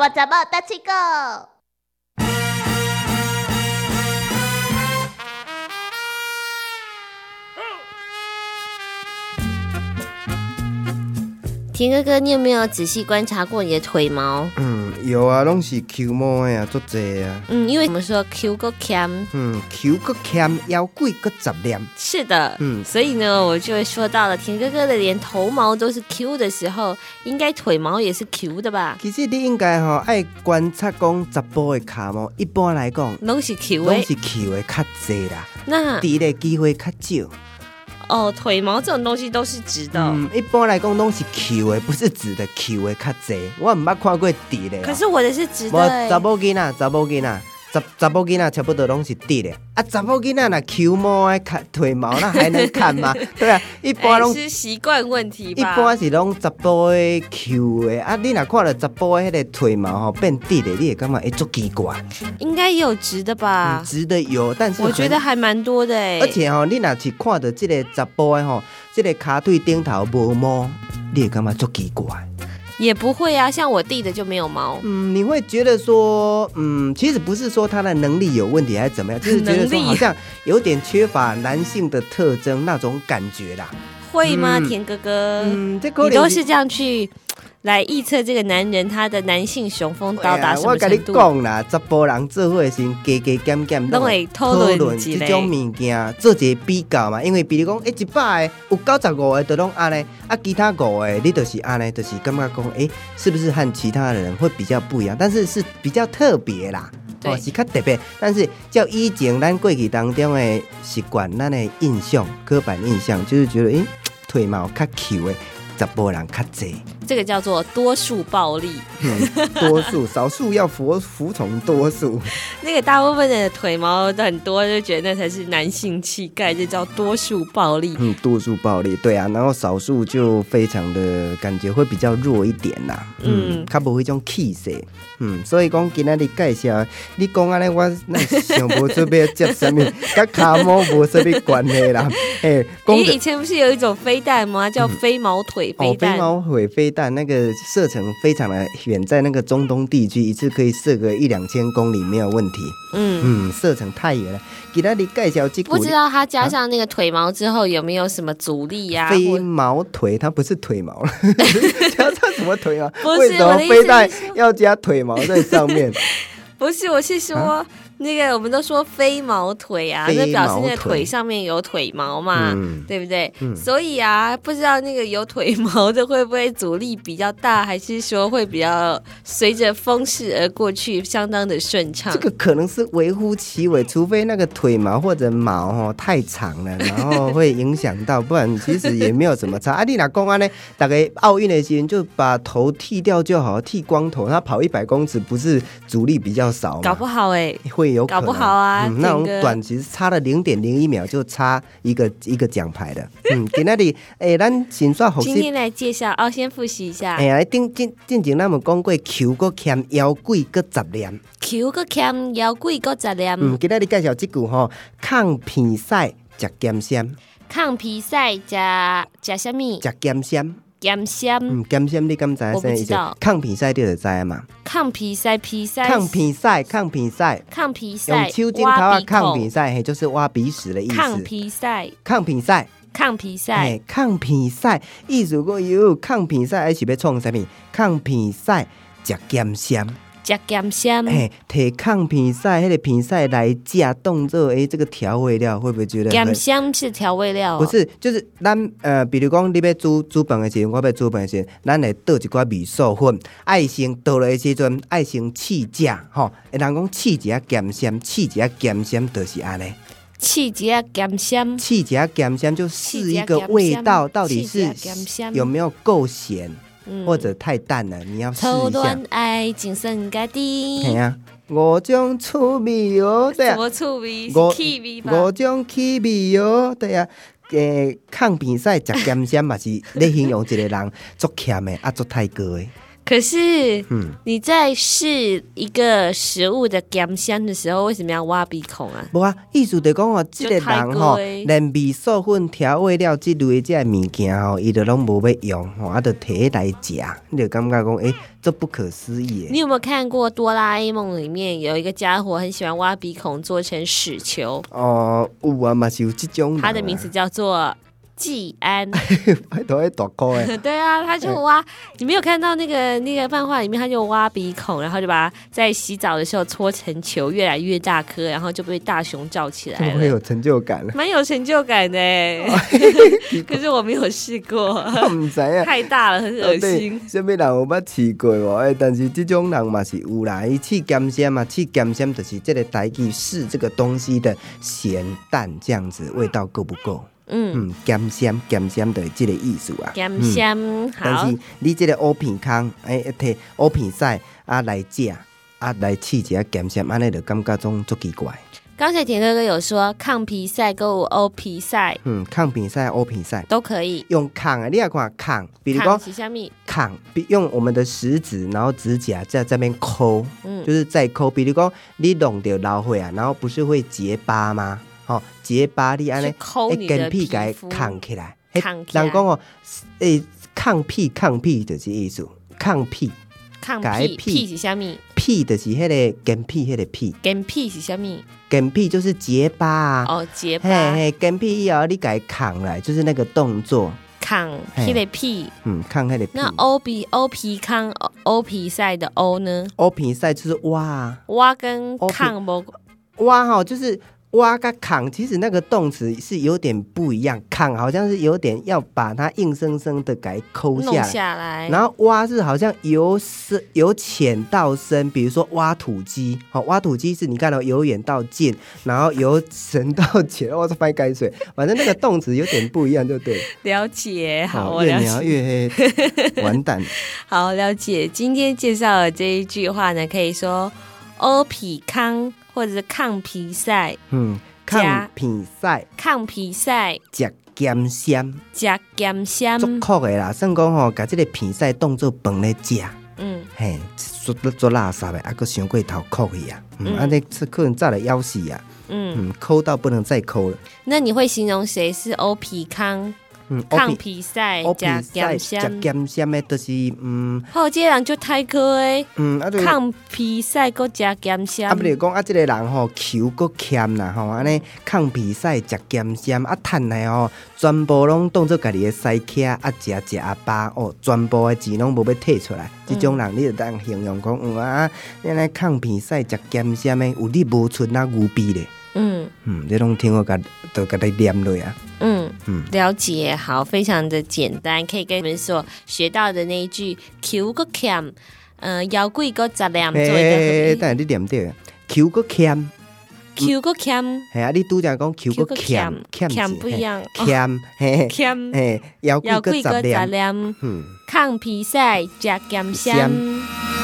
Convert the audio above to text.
我怎么大七个？ 田哥哥，你有没有仔细观察过你的腿毛？ 有啊，拢是 Q 毛的啊，足济啊。 因为我们说 Q 个 cam， Q 个 cam 腰贵个10粒。 是的，所以呢，我就会说到了，田哥哥的连头毛都是 Q 的时候，应该腿毛也是 Q 的吧？ 其实你应该爱观察讲查甫的脚毛，一般来讲拢是 Q 的， 拢是 Q 的较济啦， 那直的机会较少。 腿毛这种东西都是直的。 一般来讲都是 Q 的，不是直的 Q 的较济。我唔捌看过直的。 可是我的是直的。 查某囡仔，查某囡仔差不多拢是直的。查某囡仔那 Q 毛的腿毛，那还能看吗？对啊，一般拢是习惯问题吧。 一般是拢查甫的 Q 的。你若看到查甫的迄个腿毛变直的，你会感觉足奇怪。 应该也有直的吧？ 直的有，但是我觉得还蛮多的哎。 而且你若是看到这个查甫的这个脚腿顶头无毛，你会感觉足奇怪。 也不会啊，像我弟的就没有毛。 你会觉得说，其实不是说他的能力有问题还是怎么样，就是觉得说好像有点缺乏男性的特征那种感觉啦。 会吗，田哥哥？你都是这样去来预测这个男人他的男性雄风到达什么程度？ 我跟你讲啦，查甫人做伙的时候，加加减减， 拢会讨论这种物件，做一个比较嘛。因为比如讲，100个有95个都拢安尼，其他5个你就是安尼，就是感觉讲，是不是和其他人会比较不一样？但是是比较特别啦，是较特别。但是照以前咱过去当中的习惯，咱的印象、刻板印象，就是觉得，腿毛较 Q 的。查甫人较济， 这个叫做多数暴力。 多数少数要服从多数。 那个大部分的腿毛很多，就觉得那才是男性气概，这叫多数暴力。 多数暴力，对啊，然后少数就非常的感觉会比较弱一点啦。较无迄种气势。所以讲今仔日介绍，你讲安尼，我那想不出要接什么，跟脚毛无什么关系啦。 以前不是有一种飞弹吗？叫飞毛腿飞弹。 飞毛腿飞弹那个射程非常的远，在那个中东地区，一次可以射个1-2千公里没有问题。射程太远了。给他的介绍这股， 不知道它加上那个腿毛之后有没有什么阻力呀？ 飞毛腿，它不是腿毛了，加上什么腿毛？ 不是， 为什么飞弹要加腿毛在上面？ 不是，我是说。那个我们都说飞毛腿啊，那表示那个腿上面有腿毛嘛，对不对？所以啊，不知道那个有腿毛的会不会阻力比较大，还是说会比较随着风势而过去，相当的顺畅？ 这个可能是微乎其微，除非那个腿毛或者毛太长了，然后会影响到，不然其实也没有什么差。你若讲呢，大概奥运的时候就把头剃掉就好，剃光头，他跑100公尺不是阻力比较少吗？ 搞不好会有可能， 搞不好啊， 那种短其实差了0.01秒就差一个奖牌的。今天咱先说复习。 今天来介绍先复习一下。 进前咱们讲过 Q 个欠腰贵个10粒 ，Q 个欠腰贵个10粒。 今天你介绍这句抗鼻塞食咸鲜。 抗鼻塞食什么？ 食咸鲜。 咸鲜， 咸鲜你敢知影？ 我不知道。 抗鼻塞你就知嘛？ 抗鼻塞，鼻塞。 抗鼻塞。用手指头抗鼻塞，就是挖鼻屎的意思。 抗鼻塞。 抗鼻塞。抗鼻塞，意思讲有抗鼻塞，还是要创什么？抗鼻塞食咸鲜。 食咸鲜， 摕抗鼻塞迄个鼻塞来加当做这个调味料，会不会觉得咸鲜是调味料？ 不是，就是咱比如讲你要煮饭的时候，我要煮饭的时候，咱会倒一寡味素粉，爱先倒落的时阵，爱先试食吼。人讲试一下咸鲜，试一下咸鲜就是安尼。 试一下咸鲜， 试一下咸鲜就试一个味道，到底是有没有够咸。或者太淡了，你要试一下。 偷恋爱情深家的。 系啊，5种趣味哦，对啊。 什么趣味？是气味吧 ？5种气味哦，对啊。抗鼻塞食咸鲜嘛是咧形容一个人足欠的，足太过的。 可是，你在试一个食物的咸香的时候，为什么要挖鼻孔啊？ 无啊，意思就讲哦，这个人吼，连味素粉、调味料这类这物件吼，伊就拢无要用吼，啊，就摕来食，你就感觉讲，这不可思议。 你有没有看过《哆啦 A 梦》里面有一个家伙很喜欢挖鼻孔做成屎球？ 哦，有啊，嘛是有这种。 他的名字叫做季安， 都会大颗诶。 对啊，他就挖，你没有看到那个漫画里面，他就挖鼻孔，然后就把它在洗澡的时候搓成球，越来越大颗，然后就被大熊罩起来了， 会有成就感， 蛮有成就感的。可是我没有试过， 唔知啊， 太大了，很恶心。 什么人有捌试过无？但是这种人嘛是有啦。伊试咸鲜嘛，试咸鲜就是这个台语试这个东西的咸淡这样子，味道够不够？咸鲜的这个意思啊， 咸鲜好。 但是你这个乌片空，摕乌片屎啊来食，啊来试一下咸鲜，安尼就感觉种足奇怪。 刚才田哥哥有说抗皮赛跟欧皮赛， 抗皮赛、欧皮赛都可以用抗啊。你要看抗，比如说抗，用我们的食指，然后指甲在这边抠，就是在抠。比如说你弄到老血啊，然后不是会结疤吗？结疤你安尼抠你的皮肤， 扛起来。人讲哦，抗屁就是意思，抗屁是啥物？ 屁就是迄个干屁，迄个屁。 干屁是啥物？ 干屁就是结疤啊。 哦，结疤。 嘿，干屁以后你给扛来，就是那个动作。 扛迄个屁。 扛迄个屁。 那欧皮康欧皮赛的欧呢？ 欧皮赛就是挖跟扛不挖就是挖跟扛，其实那个动词是有点不一样。扛好像是有点要把它硬生生的给抠下来，然后挖是好像由浅到深，比如说挖土机，挖土机是你看到由远到近，然后由深到浅，我是翻改水，反正那个动词有点不一样，就对。 了解，好，我了解。 越描越黑，完蛋。 好，了解。今天介绍的这一句话呢，可以说欧皮康。或者是抗皮赛， 抗皮赛，食咸鲜，足酷的啦。算讲吼，把这个皮赛当做饭来食，嘿，做垃圾的，还佫伤过头酷去啊，安尼可能早来夭死啊，抠到不能再抠了。 那你会形容谁是欧皮康？抗皮赛加咸鲜的，就是好，这个人就太可诶。抗皮赛搁加咸鲜。 不是讲这个人吼球搁欠啦吼，安尼抗皮赛加咸鲜趁来吼，全部拢当做家己的西徛食阿爸全部的钱拢无要摕出来。这种人你就当形容讲你来抗皮赛加咸鲜的，有你无出那牛逼咧。你拢听我都给他念落啊。 了解，好，非常的简单，可以跟你们所学到的那一句 Q 个 cam， 妖怪个杂念做一个。 但是你念对啊 ，Q 个 cam，Q 个 cam， 系啊，你拄则讲 Q 个 cam 不一样 ，cam 嘿，妖怪个杂念， 抗皮赛加咸鲜。